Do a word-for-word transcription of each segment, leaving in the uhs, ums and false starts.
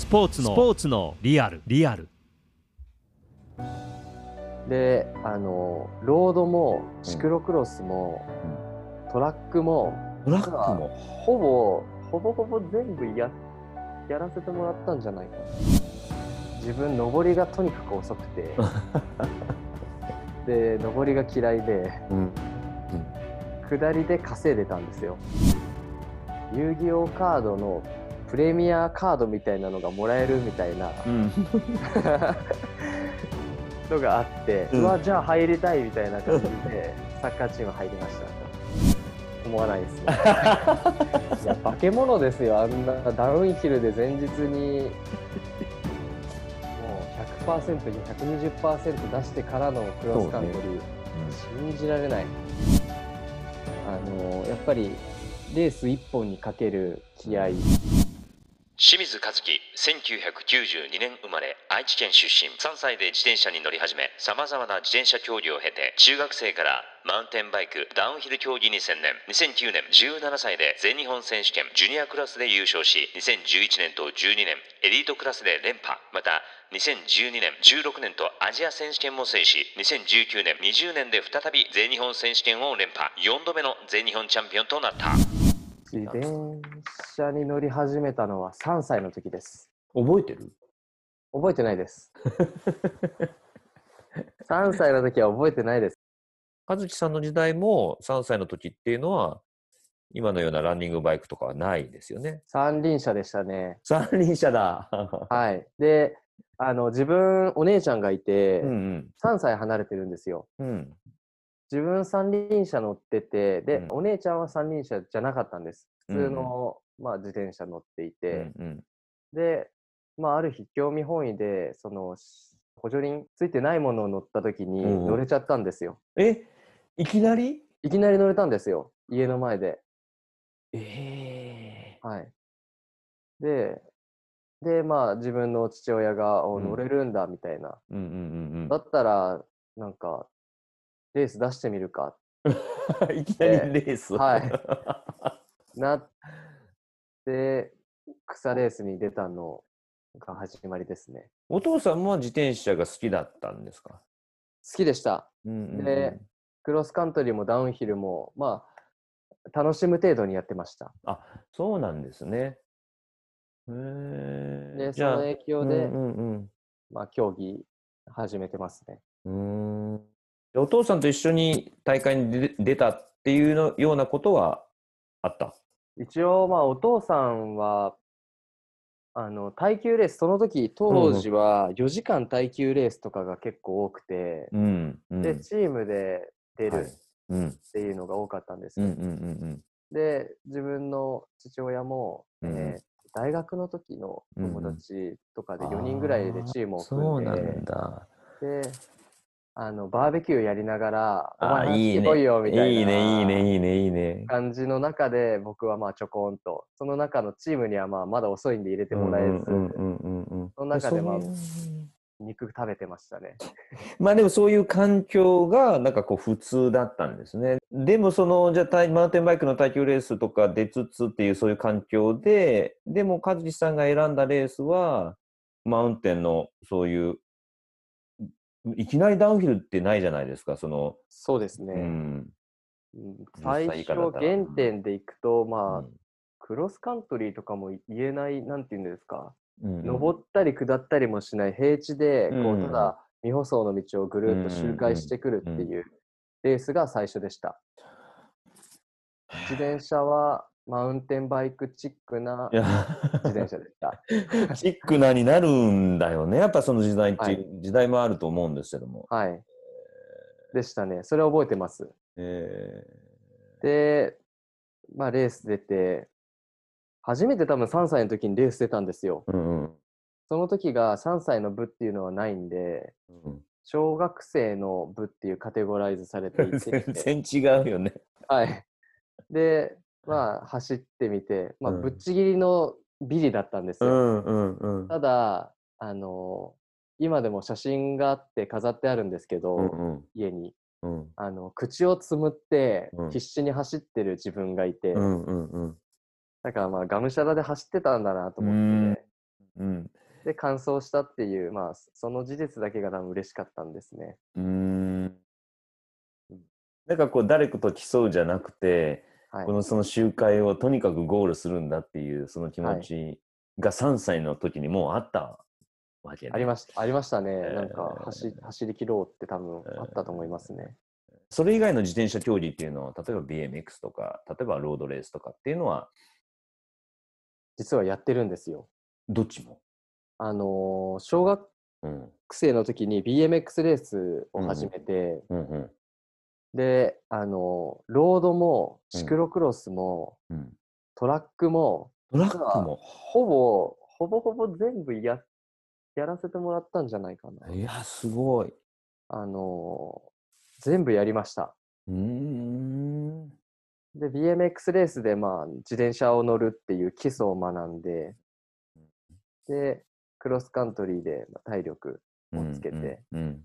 ポーツのスポーツのリアルリアルで、あのロードもシクロクロスも、うん、トラックもトラックもほぼほぼほぼ全部 や, やらせてもらったんじゃないかな。自分上りがとにかく遅くてで上りが嫌いで、うんうん、下りで稼いでたんですよ。遊戯王カードのプレミアカードみたいなのがもらえるみたいな、うん、のがあって、うん、うわじゃあ入りたいみたいな感じでサッカーチーム入りましたと思わないですねいや化け物ですよ。あんなダウンヒルで前日にもう ひゃくパーセント に ひゃくにじゅっパーセント 出してからのクロスカントリー、ね、うん、信じられない。あのやっぱりレースいっぽんにかける気合い。 清水和樹、せんきゅうひゃくきゅうじゅうにねん生まれ、愛知県出身。さんさいで自転車に乗り始め、様々な自転車競技を経て、中学生からマウンテンバイク、ダウンヒル競技に専念。にせんきゅうねん、じゅうななさいで全日本選手権ジュニアクラスで優勝し、にせんじゅういちねんとじゅうにねん、エリートクラスで連覇。また、にせんじゅうにねん、じゅうろくねんとアジア選手権も制し、にせんじゅうきゅうねん、にじゅうねんで再び全日本選手権を連覇。よんどめの全日本チャンピオンとなった。 自転車に乗り始めたのはさんさいの時です。 覚えてる？ 覚えてないですさんさいの時は覚えてないです。 和樹さんの時代もさんさいの時っていうのは今のようなランニングバイクとかはないですよね。 三輪車でしたね。 三輪車だはい。で、あの自分お姉ちゃんがいて、うんうん、さんさい離れてるんですよ、うん、自分三輪車乗ってて、で、うん、お姉ちゃんは三輪車じゃなかったんです。普通の、うんうん、まあ、自転車乗っていて、うんうん、で、まあ、ある日興味本位でその補助輪ついてないものを乗った時に乗れちゃったんですよ、 うん、えいきなりいきなり乗れたんですよ、家の前で。 えー、 はい。ででまあ自分の父親が、うん、乗れるんだみたいな、うんうんうんうん、だったらなんかレース出してみるかいきなりレースはいなって草レースに出たのが始まりですね。 お父さんも自転車が好きだったんですか？ 好きでした、うんうんうん、でクロスカントリーもダウンヒルもまあ楽しむ程度にやってました。 あ、そうなんですね。へでその影響で、うんうんうん、まあ、競技始めてますね。 うーん、お父さんと一緒に大会に出たっていうのようなことはあった？ 一応まあお父さんはあの耐久レース、その時当時はよじかん耐久レースとかが結構多くて、うんうん、でチームで出るっていうのが多かったんですよ。で自分の父親も、うんえー、大学の時の友達とかでよにんぐらいでチームを組んで、そうなんだ。であのバーベキューやりながらお前走ってこいよみたいな、いいねいいねいいねいいね感じの中で僕はまあちょこんとその中のチームにはまあまだ遅いんで入れてもらえず、その中でまあ肉食べてましたねまあでもそういう環境がなんかこう普通だったんですね。でもそのじゃあマウンテンバイクの耐久レースとか出つつっていうそういう環境で、でも和樹さんが選んだレースはマウンテンのそういういきなりダウンヒルってないじゃないですか。そのそうですね、うんうん、最初原点でいくと、まあ、うん、クロスカントリーとかも言えない、なんていうんですか、うんうん、登ったり下ったりもしない平地で、こうただ未舗装の道をぐるっと周回してくるっていうレースが最初でした。自転車はマウンテンバイクチックな自転車でしたチックなになるんだよね、やっぱその時代っていう、はい、時代もあると思うんですけども。 はい。でしたね。それ覚えてます。えー、で、まあレース出て、初めて多分さんさいの時にレース出たんですよ。うんうん、その時がさんさいの部っていうのはないんで、うん、小学生の部っていうカテゴライズされていて。 全然違うよね。 はい。で、まあ走ってみて、まあぶっちぎりのビリだったんですよ。うんうんうん、ただ、あのー、今でも写真があって飾ってあるんですけど、うんうん、家に。うん、あの口をつむって必死に走ってる自分がいて、うんうんうん、だからまあがむしゃらで走ってたんだなと思って、 うん。 で、完走したっていう、まあ、その事実だけが多分嬉しかったんですね。 うーん。なんかこう、誰かと競うじゃなくて、 はい。 このその周回をとにかくゴールするんだっていう、その気持はい。 ちがさんさいの時にもうあったわけね。 ありました、ありましたね。 えなんか走、 ー走り切ろうって多分えあったと思いますね。 それ以外の自転車競技っていうのは、例えば ビーエムエックス とか、例えばロードレースとかっていうのは、 実はやってるんですよ。 どっちも。 あのー小学うん。 生の時に ビーエムエックス レースをうん始めて、 うんうん。 で、あのーロードもうんシクロクロスもうん。 トラックも、 トラ実はックも。 ほぼ、ほぼほぼ全部や、やらせてもらったんじゃないかな。 いや、すごい。 あのー全部やりました。 うーん。 で、ビーエムエックス レースで、まあ、自転車を乗るっていう基礎を学んで、で、クロスカントリーでまあ体力をつけて、 うんうん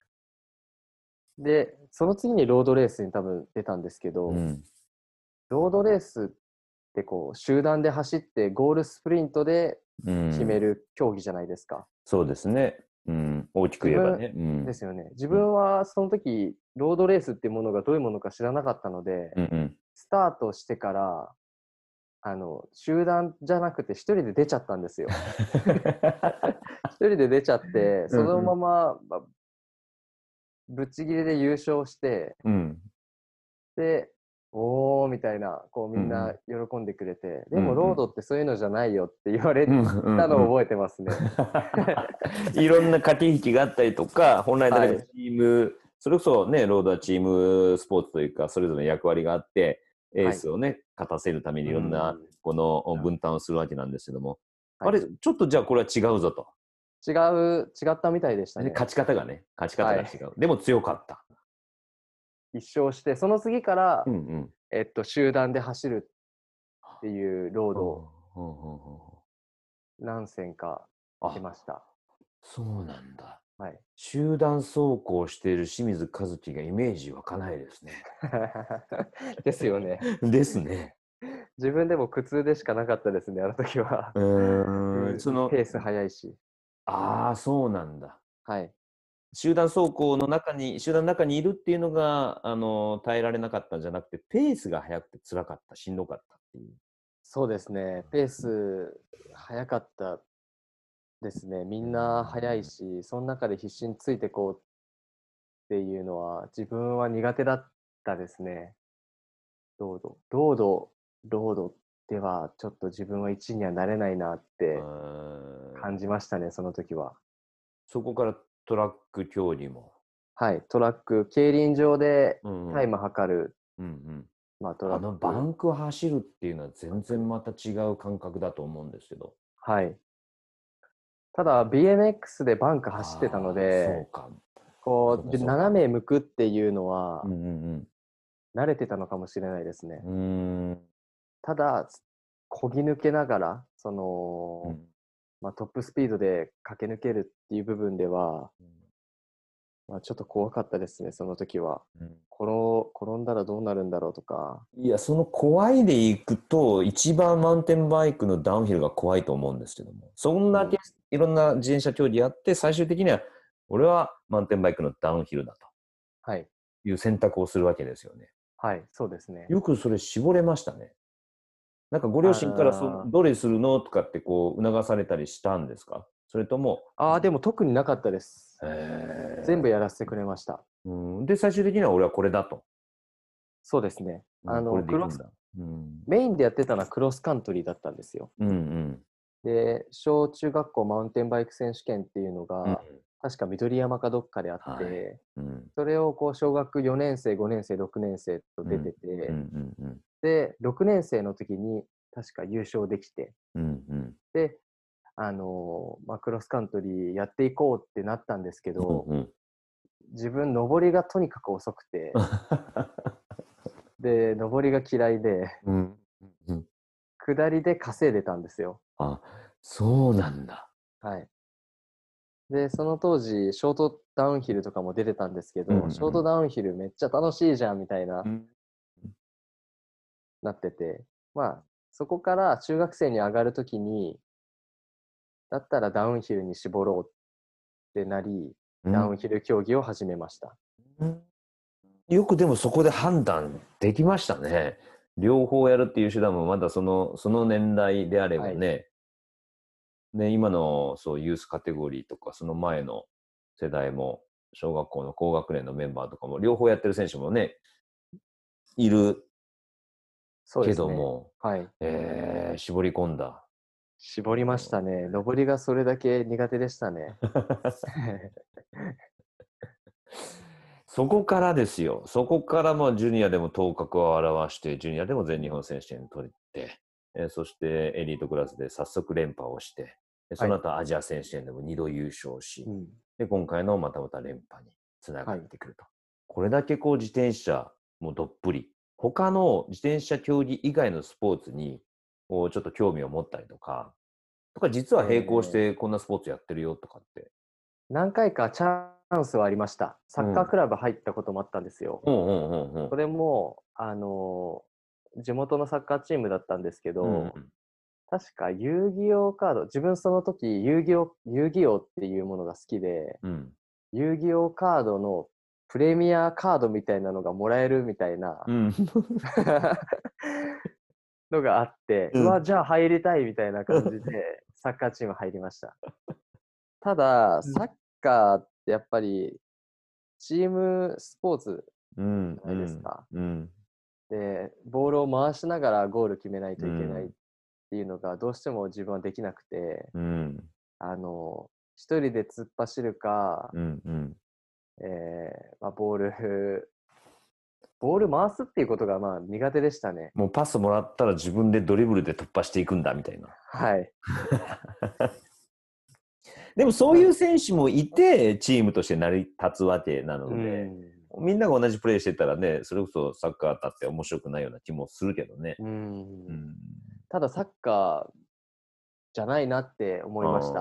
で、その次にロードレースに多分出たんですけど、 うん。 ロードレースってこう、集団で走ってゴールスプリントでうん決める競技じゃないですか。 そうですね。うん。大きく自分言えばね。うんですよね。自分はその時、ロードレースっていうものがどういうものか知らなかったので、 うんうんスタートしてから、あの、集団じゃなくて一人で出ちゃったんですよ。一人で出ちゃって、そのまま、まあぶっちぎりで優勝して、 うんで、おーみたいな、こうみんな喜んでくれて、でもロードってそういうのじゃないよって言われうんうんたのを覚えてますね。 いろんな駆け引きがあったりとか、本来だけどはいチーム、それこそね、ロードはチームスポーツというか、それぞれの役割があって、エースをね、勝たせるためにいろんな、この分担をするわけなんですけども、 はいあれ、ちょっとじゃあこれは違うぞと。 違う、違ったみたいでしたね。 勝ち方がね、勝ち方が違う。でも強かった。 一勝して、その次から、 うんうん。 えっと、集団で走るっていうロードをうんうんうんうん何戦かあ出ました。 そうなんだ。 はい。 集団走行している清水和樹がイメージ湧かないですね。 ですよね。 ですね。 自分でも苦痛でしかなかったですね、あの時は。 うーん、その、 ペース速いし。 ああ、そうなんだ。 はい。 集団走行の中に、集団の中にいるっていうのが、あの、耐えられなかったんじゃなくて、ペースが速くて辛かった、しんどかったっていう。 そうですね。ペース速かったですね。みんな速いし、その中で必死についてこうっていうのは自分は苦手だったですね。ロード。ロード、ロードではちょっと自分はいちいにはなれないなって感じましたね、その時は。 そこからトラック競技も。 はい、トラック、競輪場でうんうんタイム測る、 うんうんまあ、トラック。 あのバンク走るっていうのは全然また違う感覚だと思うんですけど。 はい。ただ ビーエムエックス でバンク走ってたので、 そうかこうで斜め向くっていうのはうんうんうん慣れてたのかもしれないですね。 うーんただ、こぎ抜けながら、その、 うんまあ、トップスピードで駆け抜けるっていう部分では、まあ、ちょっと怖かったですね、その時は。 うん転転んだらどうなるんだろうとか。 いや、その怖いでいくと、一番マウンテンバイクのダウンヒルが怖いと思うんですけども、そんだけいろんな自転車競技やって、最終的には、俺はマウンテンバイクのダウンヒルだはい。 という選択をするわけですよね。 はい、そうですね。 よくそれ絞れましたね。なんかご両親からそどれするのとかってこう促されたりしたんですか？それとも。 ああ、でも特になかったです。全部やらせてくれました。 うんで、最終的には俺はこれだと。 そうですね。あの、クロス、うん、メインでやってたのはクロスカントリーだったんですよ。 うんうん、 で、小中学校マウンテンバイク選手権っていうのが、うん、確か緑山かどっかであって、はいうん、それをこう小学よねん生、ごねん生、ろくねん生と出てて、で、ろくねん生の時に確か優勝できて、うんうん、で、あのーまあ、クロスカントリーやっていこうってなったんですけど、うんうん、自分、登りがとにかく遅くて、で、登りが嫌いで、うんうん、下りで稼いでたんですよ。 あ、そうなんだ。 はい。で、その当時、ショートダウンヒルとかも出てたんですけど、うんうん、ショートダウンヒルめっちゃ楽しいじゃんみたいな、うん、なってて、まあ、そこから中学生に上がるときに、 だったらダウンヒルに絞ろうってなり、ダウンヒル競技を始めました。 うん、よくでもそこで判断できましたね。両方やるっていう手段もまだその、その年代であればね、はい、で今のそうユースカテゴリーとかその前の世代も小学校の高学年のメンバーとかも両方やってる選手もねいるけども、 ね、はい、 えー、絞り込んだ。 絞りましたね。上りがそれだけ苦手でしたね。 そこからですよ。そこからもジュニアでも頭角を現して、ジュニアでも全日本選手権取って、えー、そしてエリートクラスで早速連覇をして、その後アジア選手権でもにど優勝し、はい、で今回のまたまた連覇につながってくると。はい、これだけこう自転車もどっぷり、他の自転車競技以外のスポーツにこうちょっと興味を持ったりとか、とか実は並行してこんなスポーツやってるよとかって。 えー、何回かチャンスはありました。サッカークラブ入ったこともあったんですよ。それも、あの、地元のサッカーチームだったんですけど、うんうん、確か遊戯王カード、自分その時遊戯王、遊戯王っていうものが好きで、うん、遊戯王カードのプレミアカードみたいなのがもらえるみたいな、うん、のがあって、うん、うわ、じゃあ入りたいみたいな感じでサッカーチーム入りました。ただ、サッカーってやっぱりチームスポーツじゃないですか。うんうん、で、ボールを回しながらゴール決めないといけないっていうのがどうしても自分はできなくて、うん、あの、一人で突っ走るか、うんうんえーまあ、ボール、ボール回すっていうことがまあ苦手でしたね。 もうパスもらったら自分でドリブルで突破していくんだみたいな。 はい。 でもそういう選手もいてチームとして成り立つわけなので、うん、みんなが同じプレーしてたらね、それこそサッカーだって面白くないような気もするけどね。うんうん、ただサッカーじゃないなって思いました。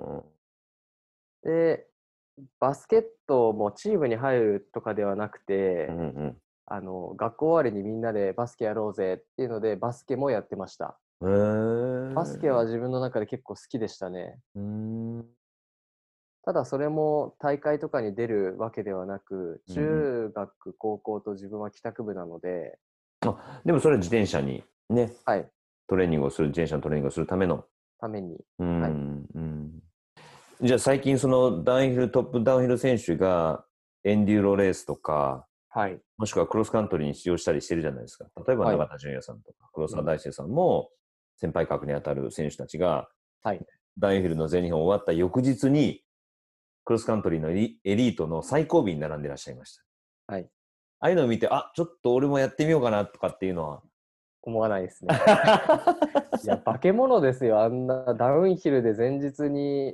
で、バスケットもチームに入るとかではなくて、うんうん、あの学校終わりにみんなでバスケやろうぜっていうのでバスケもやってました。へー。バスケは自分の中で結構好きでしたね。うーん、ただそれも大会とかに出るわけではなく、中学、うん、高校と自分は帰宅部なので。 あ、でもそれは自転車にね、はい、トレーニングをする、自転車のトレーニングをするための。 ために。 うん、はい、うん。じゃあ最近そのダウンヒル、トップダウンヒル選手がエンデューロレースとか、はい、もしくはクロスカントリーに出場したりしてるじゃないですか。例えば永田純也さんとか、はい、黒沢大輔さんも先輩格に当たる選手たちが、はい、ダウンヒルの全日本終わった翌日にクロスカントリーのエリートの最後尾に並んでいらっしゃいました。はい。ああいうのを見て、あ、ちょっと俺もやってみようかなとかっていうのは。 思わないですね。いや、化け物ですよ。あんなダウンヒルで前日に、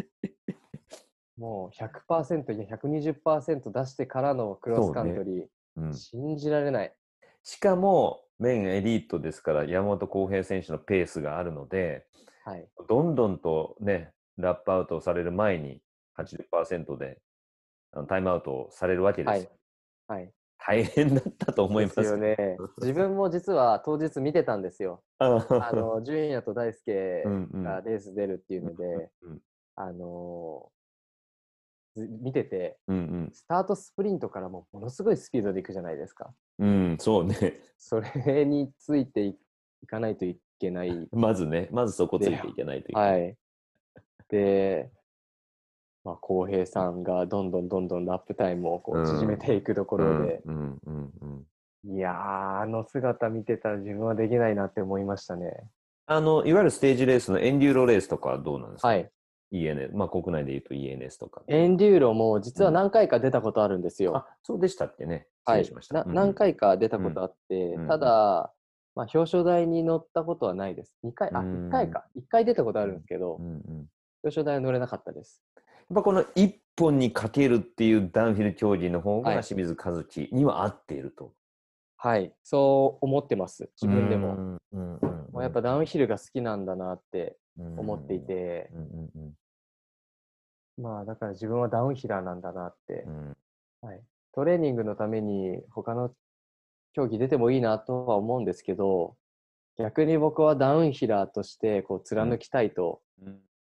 もう ひゃくパーセント、いや ひゃくにじゅっパーセント 出してからのクロスカントリー。ね、うん、信じられない。 しかも、メインエリートですから、山本浩平選手のペースがあるので、はい、どんどんとね、ラップアウトされる前に、はちじゅっパーセント でタイムアウトされるわけですよ。はい。はい、大変だったと思います。 ですよね。自分も実は当日見てたんですよ。あの、純也と大輔がレース出るっていうので、うんうん、あのー、見てて、うんうん、スタートスプリントからもものすごいスピードでいくじゃないですか。 うん、そうね。 それについていかないといけない。 まずね、まずそこついていけないといけない。はい。 で、まあ、浩平さんがどんどんどんどんラップタイムをこう縮めていくところで、いやー、あの姿見てたら自分はできないなって思いましたね。 あの、いわゆるステージレースのエンデューロレースとかはどうなんですか？はい。イーエヌエス、まあ国内で言うと イーエヌエス とか。 エンデューロも実は何回か出たことあるんですよ。うん、 あ、そうでしたっけね。 失礼しました。はい、な何回か出たことあって、うん、ただ、まあ、表彰台に乗ったことはないです。にかい、あ、いっかいか。いっかい出たことあるんですけど、うんうん、表彰台は乗れなかったです。 やっぱこの一本にかけるっていうダウンヒル競技の方が清水和樹には合っていると。 はい、そう思ってます。自分でも。うんうんうん、もうやっぱダウンヒルが好きなんだなって思っていて、うんうんうん、まあだから自分はダウンヒラーなんだなって、うんはい、トレーニングのために他の競技出てもいいなとは思うんですけど、逆に僕はダウンヒラーとしてこう貫きたいと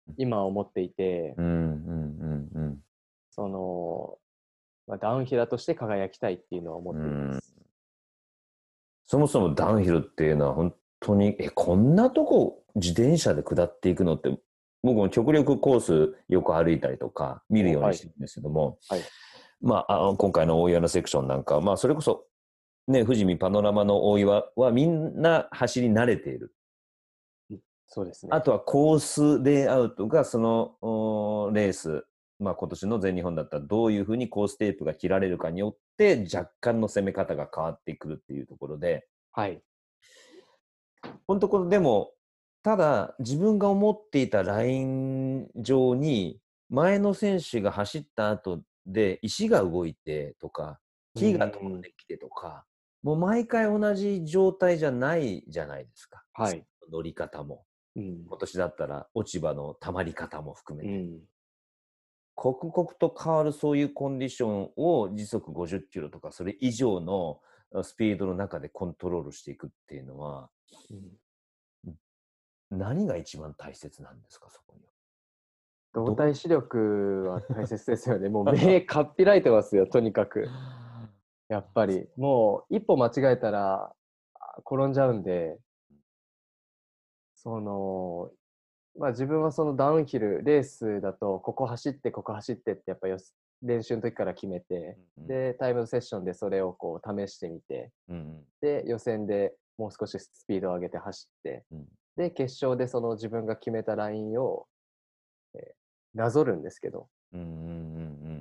今思っていて、 うんうんうんうん、 その、まあ、ダウンヒラーとして輝きたいっていうのは思っています。 そもそもダウンヒルっていうのは本当に、え、こんなとこ自転車で下っていくのって、僕も極力コースよく歩いたりとか見るようにしてるんですけども、 はいはい、 まあ、あの今回の大岩のセクションなんか、まあ、それこそ、ね、富士見パノラマの大岩はみんな走り慣れている。 そうですね。 あとはコースレイアウトがそのレース、まあ、今年の全日本だったらどういうふうにコーステープが切られるかによって若干の攻め方が変わってくるっていうところで、 はい。 このところでもただ自分が思っていたライン上に前の選手が走った後で石が動いてとか木が飛んできてとか、もう毎回同じ状態じゃないじゃないですか。 はい。 乗り方も。 うん、 今年だったら落ち葉の溜まり方も含めて、 うん、 刻々と変わるそういうコンディションを時速ごじゅっキロとかそれ以上のスピードの中でコントロールしていくっていうのは、うん、何が一番大切なんですか、そこには。 動体視力は大切ですよね。もう目かっぴらいてますよ、とにかく。やっぱりもう一歩間違えたら転んじゃうんで、そのまあ自分はそのダウンヒルレースだとここ走ってここ走ってってやっぱ練習の時から決めて、うんうん、でタイムセッションでそれをこう試してみて、うんうん、で予選でもう少しスピードを上げて走って、うん、で決勝でその自分が決めたラインを、えー、なぞるんですけど、うんうんうんうん、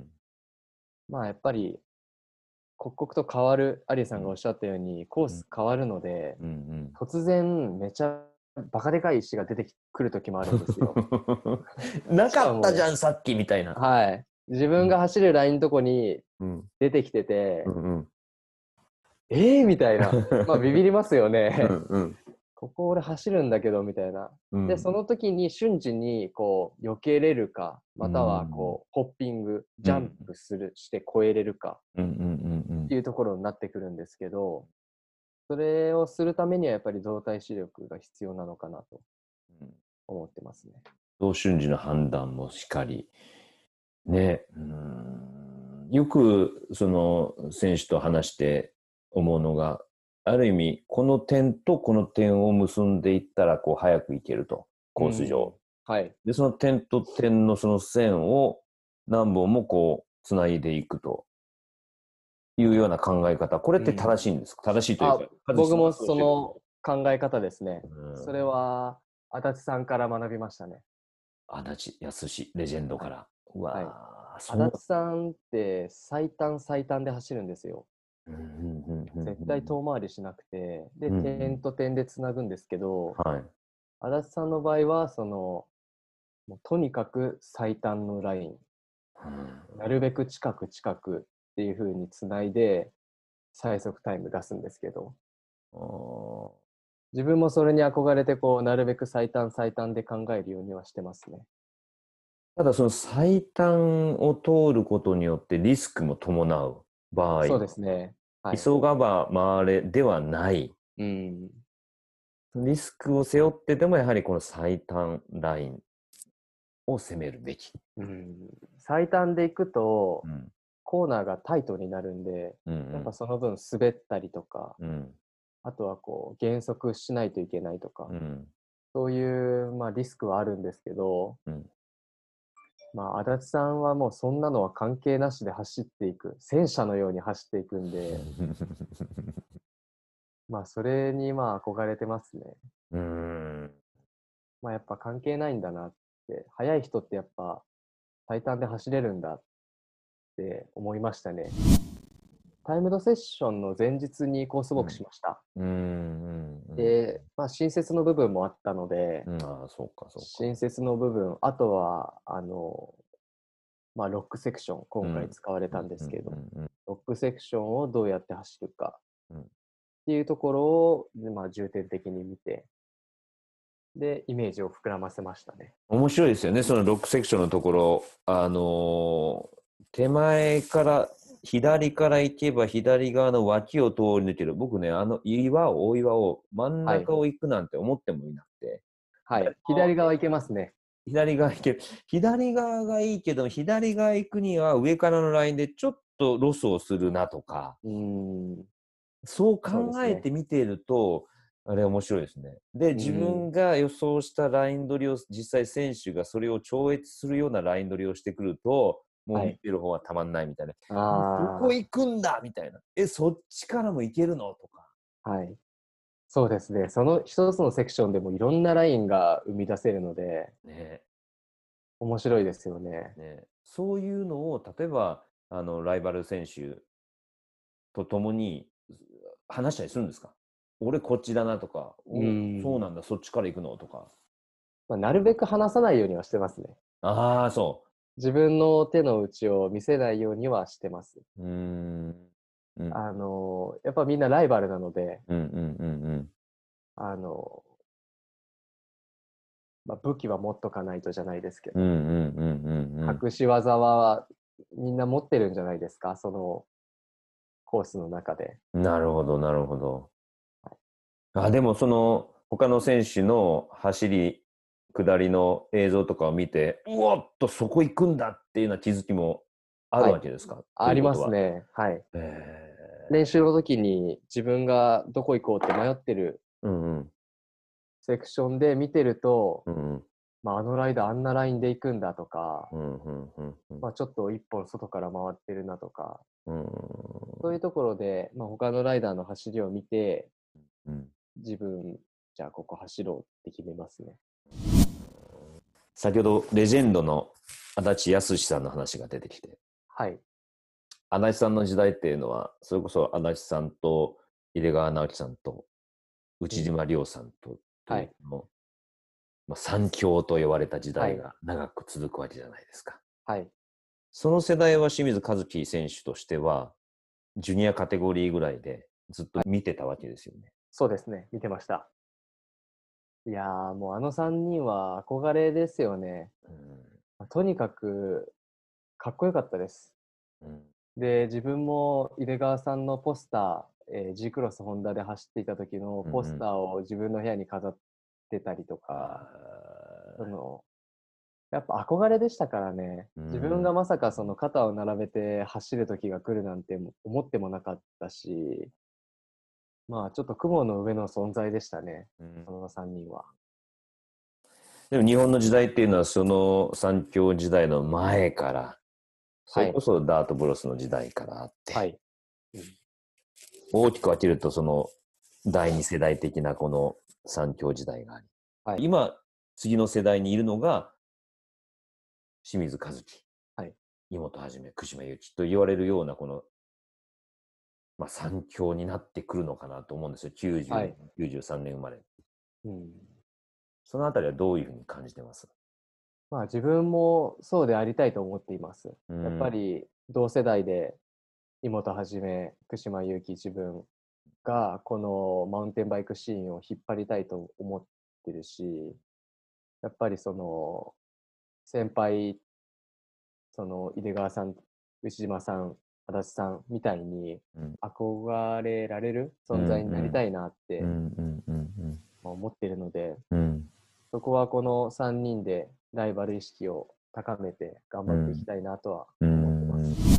まあやっぱり刻々と変わる、アリーさんがおっしゃったように、うん、コース変わるので、うんうん、突然めちゃバカでかい石が出てくる時もあるんですよ。 なかったじゃんさっきみたいな。 はい。自分が走るラインのとこに出てきてて、うんうん、えーみたいな。まあビビりますよね。うんうん、ここ俺走るんだけどみたいな。うん、で、その時に瞬時にこう避けれるか、またはこうホッピング、ジャンプする、して越えれるかっていうところになってくるんですけど、それをするためにはやっぱり動体視力が必要なのかなと思ってますね。 そう瞬時の判断もしっかり。ね、うん、よくその選手と話して思うのが、ある意味この点とこの点を結んでいったらこう早く行けると、コース上。はい、でその点と点のその線を何本もこうつないでいくというような考え方、これって正しいんですか？うん、正しいというか、 僕もその考え方ですね。うん、それは足立さんから学びましたね。 足立康史レジェンドから。はい、うわ、はい、 足立さんって最短最短で走るんですよ。絶対遠回りしなくて、で、うん、点と点でつなぐんですけど、はい、足立さんの場合はそのもうとにかく最短のライン、うん、なるべく近く近くっていう風につないで最速タイム出すんですけど、自分もそれに憧れてこうなるべく最短最短で考えるようにはしてますね。 ただその最短を通ることによってリスクも伴う場合、 そうですね、 はい、急がば回れではない、うん、リスクを背負ってでもやはりこの最短ラインを攻めるべき、うん、 最短でいくと、うん、コーナーがタイトになるんで、うんうん、やっぱその分滑ったりとか、うん、あとはこう減速しないといけないとか、うん、そういう、まあ、リスクはあるんですけど、うん、まあ、足立さんはもうそんなのは関係なしで走っていく、戦車のように走っていくんでまあそれにまあ憧れてますね。うーん、まあやっぱ関係ないんだなって、速い人ってやっぱ最短で走れるんだって思いましたね。タイムドセッションの前日にコースウォークしました。うんうんうん、で、まあ、新設の部分もあったので、うん、あ、そうかそうか、新設の部分、あとはあの、まあ、ロックセクション、今回使われたんですけど、ロックセクションをどうやって走るかっていうところを、まあ、重点的に見て、で、イメージを膨らませましたね。 面白いですよね、そのロックセクションのところ、あのー、手前から左から行けば左側の脇を通り抜ける。僕ね、あの岩を大岩を真ん中を行くなんて思ってもいなくて、 はい、はい、左側行けますね。 左側行ける。左側がいいけど、左側行くには上からのラインでちょっとロスをするなとか、 うん。 そう考えそうですね。 て見ていると、あれ面白いですね。で、自分が予想したライン取りを、実際選手がそれを超越するようなライン取りをしてくると、もう見てる方はたまんないみたいな。 ああ。 そこ行くんだみたいな。え、そっちからも行けるのとか。 はい。そうですね。その一つのセクションでもいろんなラインが生み出せるので、 ね面白いですよね。 ねそういうのを、例えば、あの、ライバル選手と共に話したりするんですか？俺こっちだなとか、 うお、そうん。 なんだ、そっちから行くのとか。 まあ、なるべく話さないようにはしてますね。 ああ、そ自分の手の内を見せないようにはしてます。 う。うーん。うん。 あの、やっぱみんなライバルなので、 うんうんうんうん。 あの、まあ、武器は持っとかないとじゃないですけど、 うんうんうんうんうん。 隠し技はみんな持ってるんじゃないですか、そのコースの中で。 なるほど、なるほど。あ、でもその、他の選手の走り、下りの映像とかを見て、うわっとそこ行くんだっていうような気づきもあるはい。 わけですか？とありまいうことは。 すね。はい。 え練習の時に自分がどこ行こうって迷ってるー、うんうんセクションで見てると、 うんうんまあ、あのライダーあんなラインで行くんだとか、 うんうんうんうんまあ、ちょっと一本外から回ってるなとか、 うんそういうところで、まあ、他のライダーの走りを見て、 うん自分、じゃあここ走ろうって決めますね。 先ほどレジェンドの足立康さんの話が出てきて、 はい。 足立さんの時代っていうのは、それこそ足立さんと井出川直樹さんと内島亮さんととはい。 いうの、まあ、三強と呼ばれた時はい。 代が長く続くわけじゃないですか。 はい。 その世代は清水和樹選手としては、ジュニアカテゴリーぐらいでずっと見てたわけですよね。 そうですね。見てました。いやー、もうあのさんにんは憧れですよね。 うんとにかくかっこよかったです。 うんで、自分も井出川さんのポスター、えー、G クロスホンダで走っていた時のポスターを自分の部屋に飾ってたりとか、その、やっぱ憧れでしたからね。自分がまさかその肩を並べて走る時が来るなんて思ってもなかったし、まあちょっと雲の上の存在でしたね、 うんそのさんにんは。 でも日本の時代っていうのはその三強時代の前から、それこそダートブロスの時代からあって、 はい。うん、 大きく分けるとその第二世代的なこの三強時代があり、 はい、 今次の世代にいるのが清水和樹、 はい、 井本はじめ、福島由紀と言われるようなこの、まあ、三強になってくるのかなと思うんですよ。きゅうじゅう、 はい、 きゅうじゅうさんねん生まれ。 うん。 そのあたりはどういうふうに感じてます？ まあ自分もそうでありたいと思っています。やっぱり同世代で井本はじめ、福島由紀自分がこのマウンテンバイクシーンを引っ張りたいと思ってるし、やっぱりその先輩、その井出川さん、内島さん、足立さんみたいに憧れられる存在になりたいなって思ってるので、そこはこのさんにんでライバル意識を高めて頑張っていきたいなとは思ってます。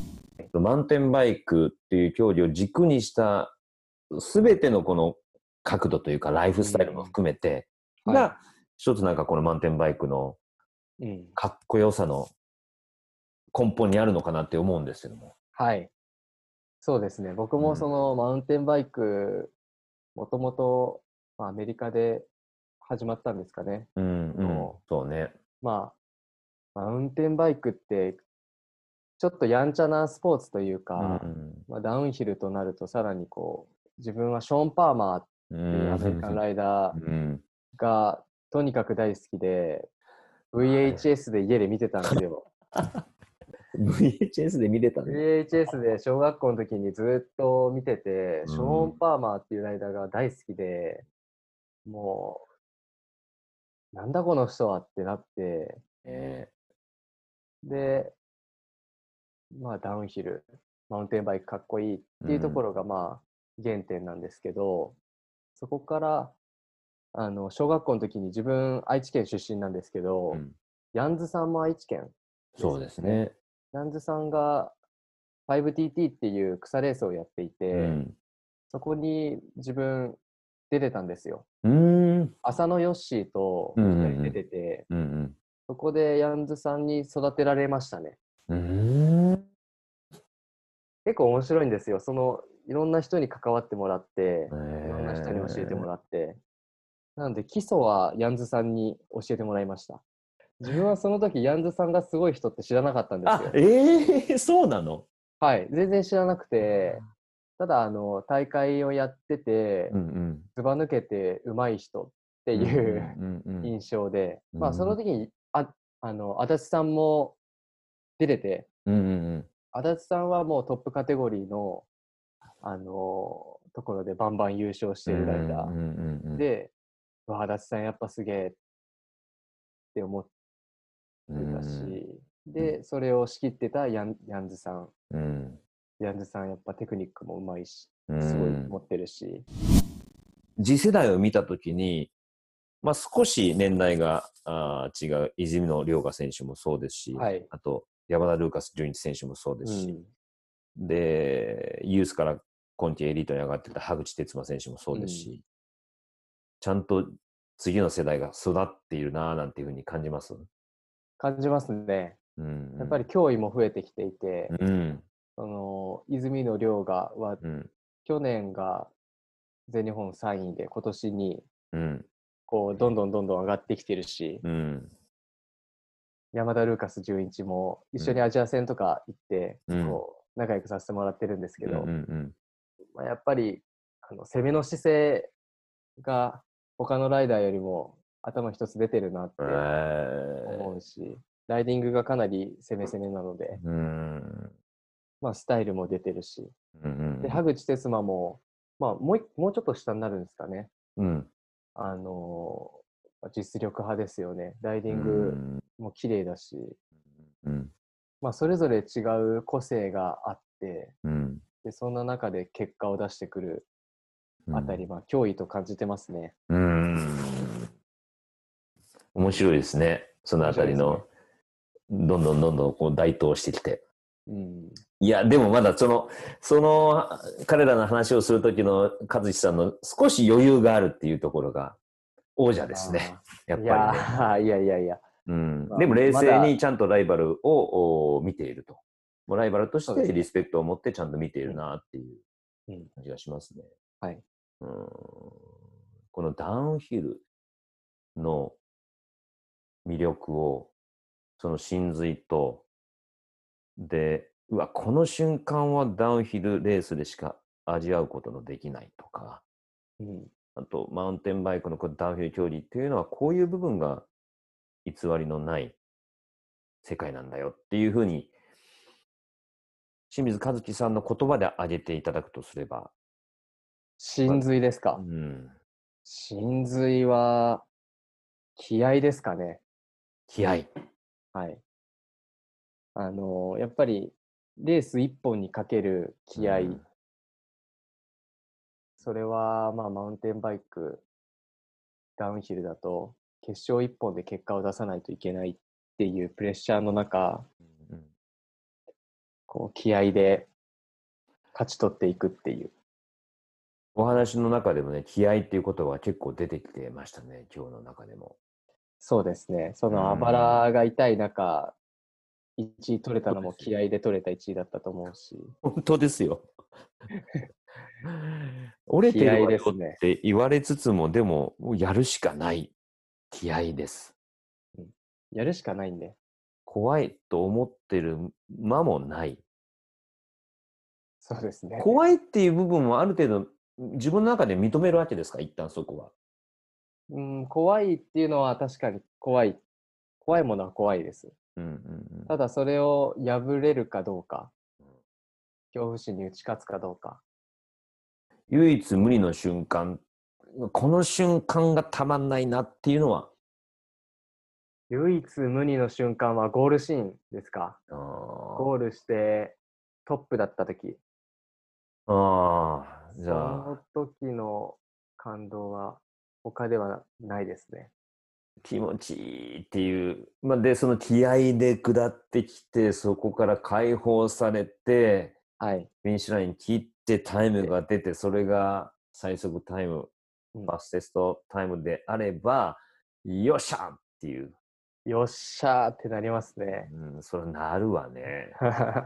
マウンテンバイクっていう競技を軸にした全てのこの角度というかライフスタイルも含めてが、はい、一つなんかこのマウンテンバイクのかっこよさの根本にあるのかなって思うんですけども。 はい。そうですね。僕もそのマウンテンバイク、もともとアメリカで始まったんですかね。 うんうん、そうね。 まあ、マウンテンバイクってちょっとやんちゃなスポーツというか、うんまあ、ダウンヒルとなるとさらにこう自分はショーン・パーマーっていうアメリカンライダーがとにかく大好きで ブイエイチエス で家で見てたんですよ。 ブイエイチエス で見てたんだ。 ブイエイチエス で小学校の時にずっと見てて、うん、ショーン・パーマーっていうライダーが大好きで、もうなんだこの人はってなって、えー、でまあ、ダウンヒル、マウンテンバイクかっこいいっていうところがまあ原点なんですけど、うん、そこからあの小学校の時に自分愛知県出身なんですけど、うん、 ヤンズさんも愛知県、 そうですね。 ヤンズさんが ファイブティーティー っていう草レースをやっていて、うん、そこに自分出てたんですよ。 うーん。 浅野ヨッシーとふたり出てて、うんうんうん、そこでヤンズさんに育てられましたね。 うーん。 結構面白いんですよ。そのいろんな人に関わってもらって、いろんな人に教えてもらって、なので基礎はヤンズさんに教えてもらいました。自分はその時ヤンズさんがすごい人って知らなかったんですよ。 あ、えー、そうなの？ はい、全然知らなくて、ただあの大会をやってて、うんうん、ずば抜けて上手い人っていう印象で、まあその時にああの足立さんも出てて、うんうんうん、足立さんはもうトップカテゴリーのあのところでバンバン優勝してるライダー、うんうんうん、で、足立さんやっぱすげえって思ってたし、うん、でそれを仕切ってたヤン、ヤンズさん、うん、ヤンズさんやっぱテクニックもうまいし、すごい持ってるし、 うん、次世代を見たときに、まあ、少し年代があ違う泉野遼河選手もそうですし、はい、あと山田ルーカス純一選手もそうですし、うん、でユースから今季エリートに上がってた羽口哲馬選手もそうですし、うん、ちゃんと次の世代が育っているなぁなんていうふうに感じます？ 感じますね、うんうん、やっぱり脅威も増えてきていて、うん、その泉野遼河は、うん、去年が全日本さんいで今年に、うん、こうどんどんどんどん上がってきてるし、うん、山田ルーカス純一も一緒にアジア戦とか行って、うん、こう仲良くさせてもらってるんですけど、うんうんうんまあ、やっぱりあの攻めの姿勢が他のライダーよりも頭一つ出てるなって思うし、えー、ライディングがかなり攻め攻めなので、うんまあ、スタイルも出てるし、うんうん、で羽口哲馬も、まあ、もうもうちょっと下になるんですかね、うん、あの実力派ですよね。ライディングも綺麗だし、うんまあ、それぞれ違う個性があって、うん、でそんな中で結果を出してくるあたり、うん、まあ、脅威と感じてますね。うーん面白いですね。そのあたりの、ね、どんどんどんどんこう台頭してきて。うん、いや、でもまだその、その彼らの話をするときの和志さんの少し余裕があるっていうところが王者ですね。やっぱりね。いやいやいやいや。 うんまあ、でも冷静にちゃんとライバルを見ていると。もうライバルとしてリスペクトを持ってちゃんと見ているなっていう感じがしますね。うん、はい。うんこのダウンヒルの魅力を、その真髄と、で、うわ、この瞬間はダウンヒルレースでしか味わうことのできないとか、うん、あと、マウンテンバイクのダウンヒル競技っていうのは、こういう部分が偽りのない世界なんだよっていうふうに、清水和樹さんの言葉で挙げていただくとすれば。 真髄ですか。うん、真髄は、気合ですかね。 気合。 はい。あの、やっぱり、レース一本にかける気合。うん、それは、まあ、マウンテンバイク、ダウンヒルだと、決勝一本で結果を出さないといけないっていうプレッシャーの中、うん、こう気合で勝ち取っていくっていう。 お話の中でもね、気合っていう言葉は結構出てきてましたね、今日の中でも。 そうですね。そのあばらが痛い中、いちい取れたのも気合で取れたいちいだったと思うし。 本当ですよ。折れてるわよって言われつつも、でも、もうやるしかない気合です、 うん。やるしかないんで。 怖いと思ってる間もない。 そうですね。 怖いっていう部分もある程度自分の中で認めるわけですか、一旦そこは。 うん、怖いっていうのは確かに怖い。怖いものは怖いです。うんうんうん、ただそれを破れるかどうか、恐怖心に打ち勝つかどうか。 唯一無二の瞬間、この瞬間がたまんないなっていうのは。 唯一無二の瞬間はゴールシーンですか。ゴールしてトップだった時。ああ、じゃあ。その時の感動は他ではないですね。 気持ちいいっていう、まあ、でその気合で下ってきてそこから解放されて、 はい、 フィニッシュライン切ってタイムが出てそれが最速タイム、 うん、 ファステストタイムであればよっしゃっていう、 よっしゃーってなりますね。 うん、それなるわね。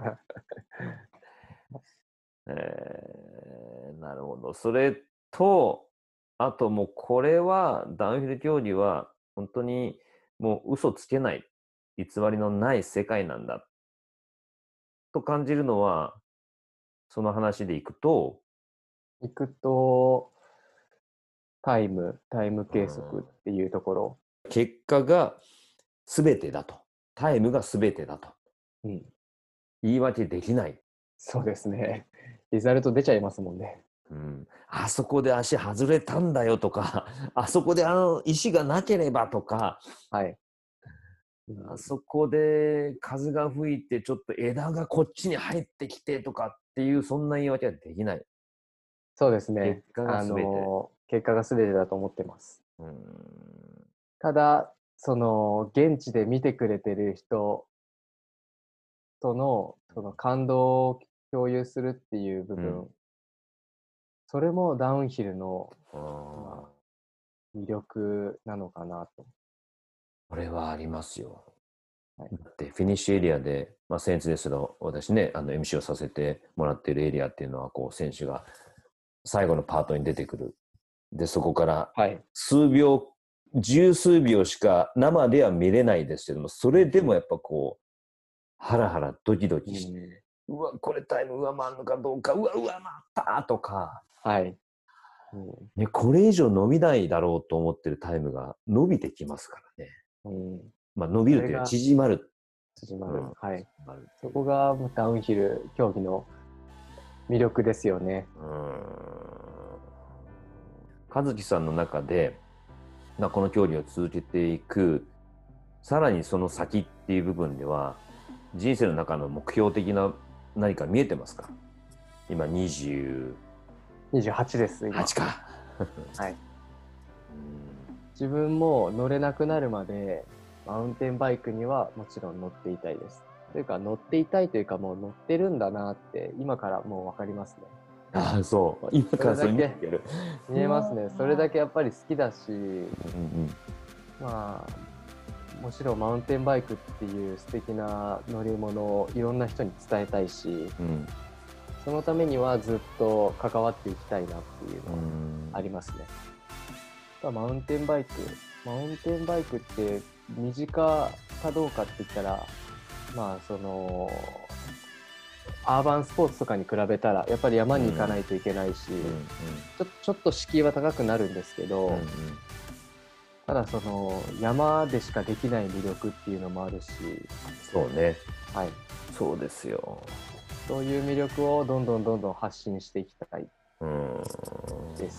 えー、なるほど。それとあともうこれはダウンヒル競技は本当にもう嘘つけない偽りのない世界なんだと感じるのはその話でいくといくとタイムタイム計測っていうところ、 結果が全てだと、タイムが全てだと、 うん、 言い訳できない。 そうですね。リザルト出ちゃいますもんね。 うん、あそこで足外れたんだよとかあそこであの石がなければとか、 はい。 あそこで風が吹いてちょっと枝がこっちに入ってきてとかっていうそんな言い訳はできない。 そうですね。 結果が全て。 あの結果が全てだと思ってます。 うん、 ただその現地で見てくれてる人とのその感動を共有するっていう部分、うん、それもダウンヒルの、まあ、魅力なのかなと。 これはありますよ。はい、だってフィニッシュエリアで、まあ、僭越ですけど私ねあの エムシー をさせてもらっているエリアっていうのはこう選手が最後のパートに出てくる。でそこから数秒、はい、十数秒しか生では見れないですけどもそれでもやっぱこうハラハラドキドキして、うん、うわこれタイム上回るのかどうかうわ上回ったとか、 はいうんね、これ以上伸びないだろうと思ってるタイムが伸びてきますからね。うんまあ、伸びるというか縮まる。 縮まる、うん、はい。そこがダウンヒル競技の魅力ですよね。うん和樹さんの中で、まあ、この競技を続けていくさらにその先っていう部分では人生の中の目標的な何か見えてますか？今にじゅう、 にじゅうはちです今。 はちかはい。自分も乗れなくなるまでマウンテンバイクにはもちろん乗っていたいです。というか乗っていたいというかもう乗ってるんだなって今からもう分かりますね。 ああそう今からそれ見えてる見えますね。それだけやっぱり好きだし、うんうん、まあもちろんマウンテンバイクっていう素敵な乗り物をいろんな人に伝えたいし、うん、そのためにはずっと関わっていきたいなっていうのはありますね。うん、マウンテンバイクマウンテンバイクって身近かどうかって言ったらまあそのアーバンスポーツとかに比べたらやっぱり山に行かないといけないし、うんうんうん、ちょ、ちょっと敷居は高くなるんですけど、うんうん、ただその山でしかできない魅力っていうのもあるし、 そうね、 はい、 そうですよ。 そういう魅力をどんどんどんどん発信していきたいです。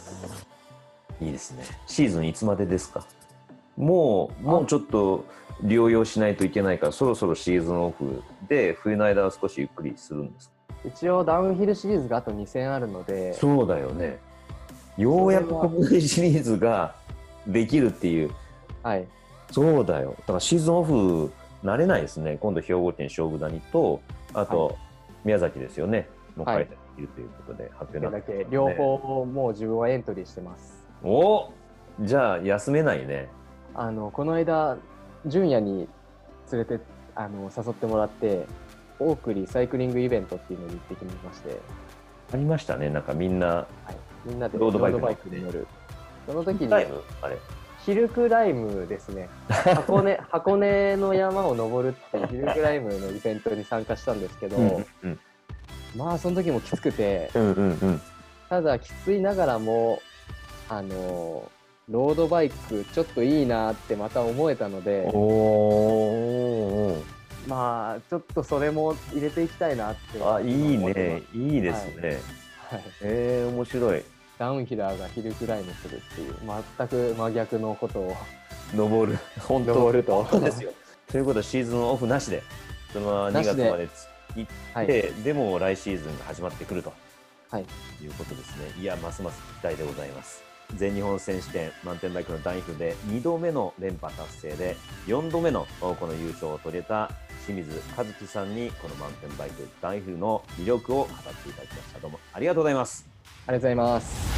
いいですね。シーズンいつまでですか？もうもうちょっと療養しないといけないからそろそろシーズンオフで冬の間は少しゆっくりするんですか？ 一応ダウンヒルシリーズがあとに戦あるので。 そうだよね。ようやく国内シリーズができるっていう。 はい。 そうだよ。だからシーズンオフ慣れないですね。今度兵庫県勝負谷とあと宮崎ですよね。もう開催できるということで発表になってますね。 両方もう自分はエントリーしてます。 お、じゃあ休めないね。 あのこの間純也に連れてあの誘ってもらって大栗サイクリングイベントっていうのに行ってきまして。 ありましたね。なんかみんな、はい、 みんなでロードバイクに乗る。その時にライムあれヒルクライムですね。箱根箱根の山を登るっていうヒルクライムのイベントに参加したんですけど、うんうん、まあその時もきつくて、うんうんうん、ただきついながらもあのロードバイクちょっといいなってまた思えたので、おまあちょっとそれも入れていきたいなって。 あ、いいね、いいですね。はい、えー、面白い。 ダウンヒラーがヒルクライムするっていう全く真逆のことを登る本当登ると本当ですよ。ということはシーズンオフなしでそのままにがつまで行って、はい、でも来シーズンが始まってくると、はい、いうことですね。いやますます期待でございます。 全日本選手権マウンテンバイクのダウンヒルでにどめの連覇達成でよんどめのこの優勝を遂げた清水和樹さんにこのマウンテンバイクダウンヒルの魅力を語っていただきました。どうもありがとうございます。 ありがとうございます。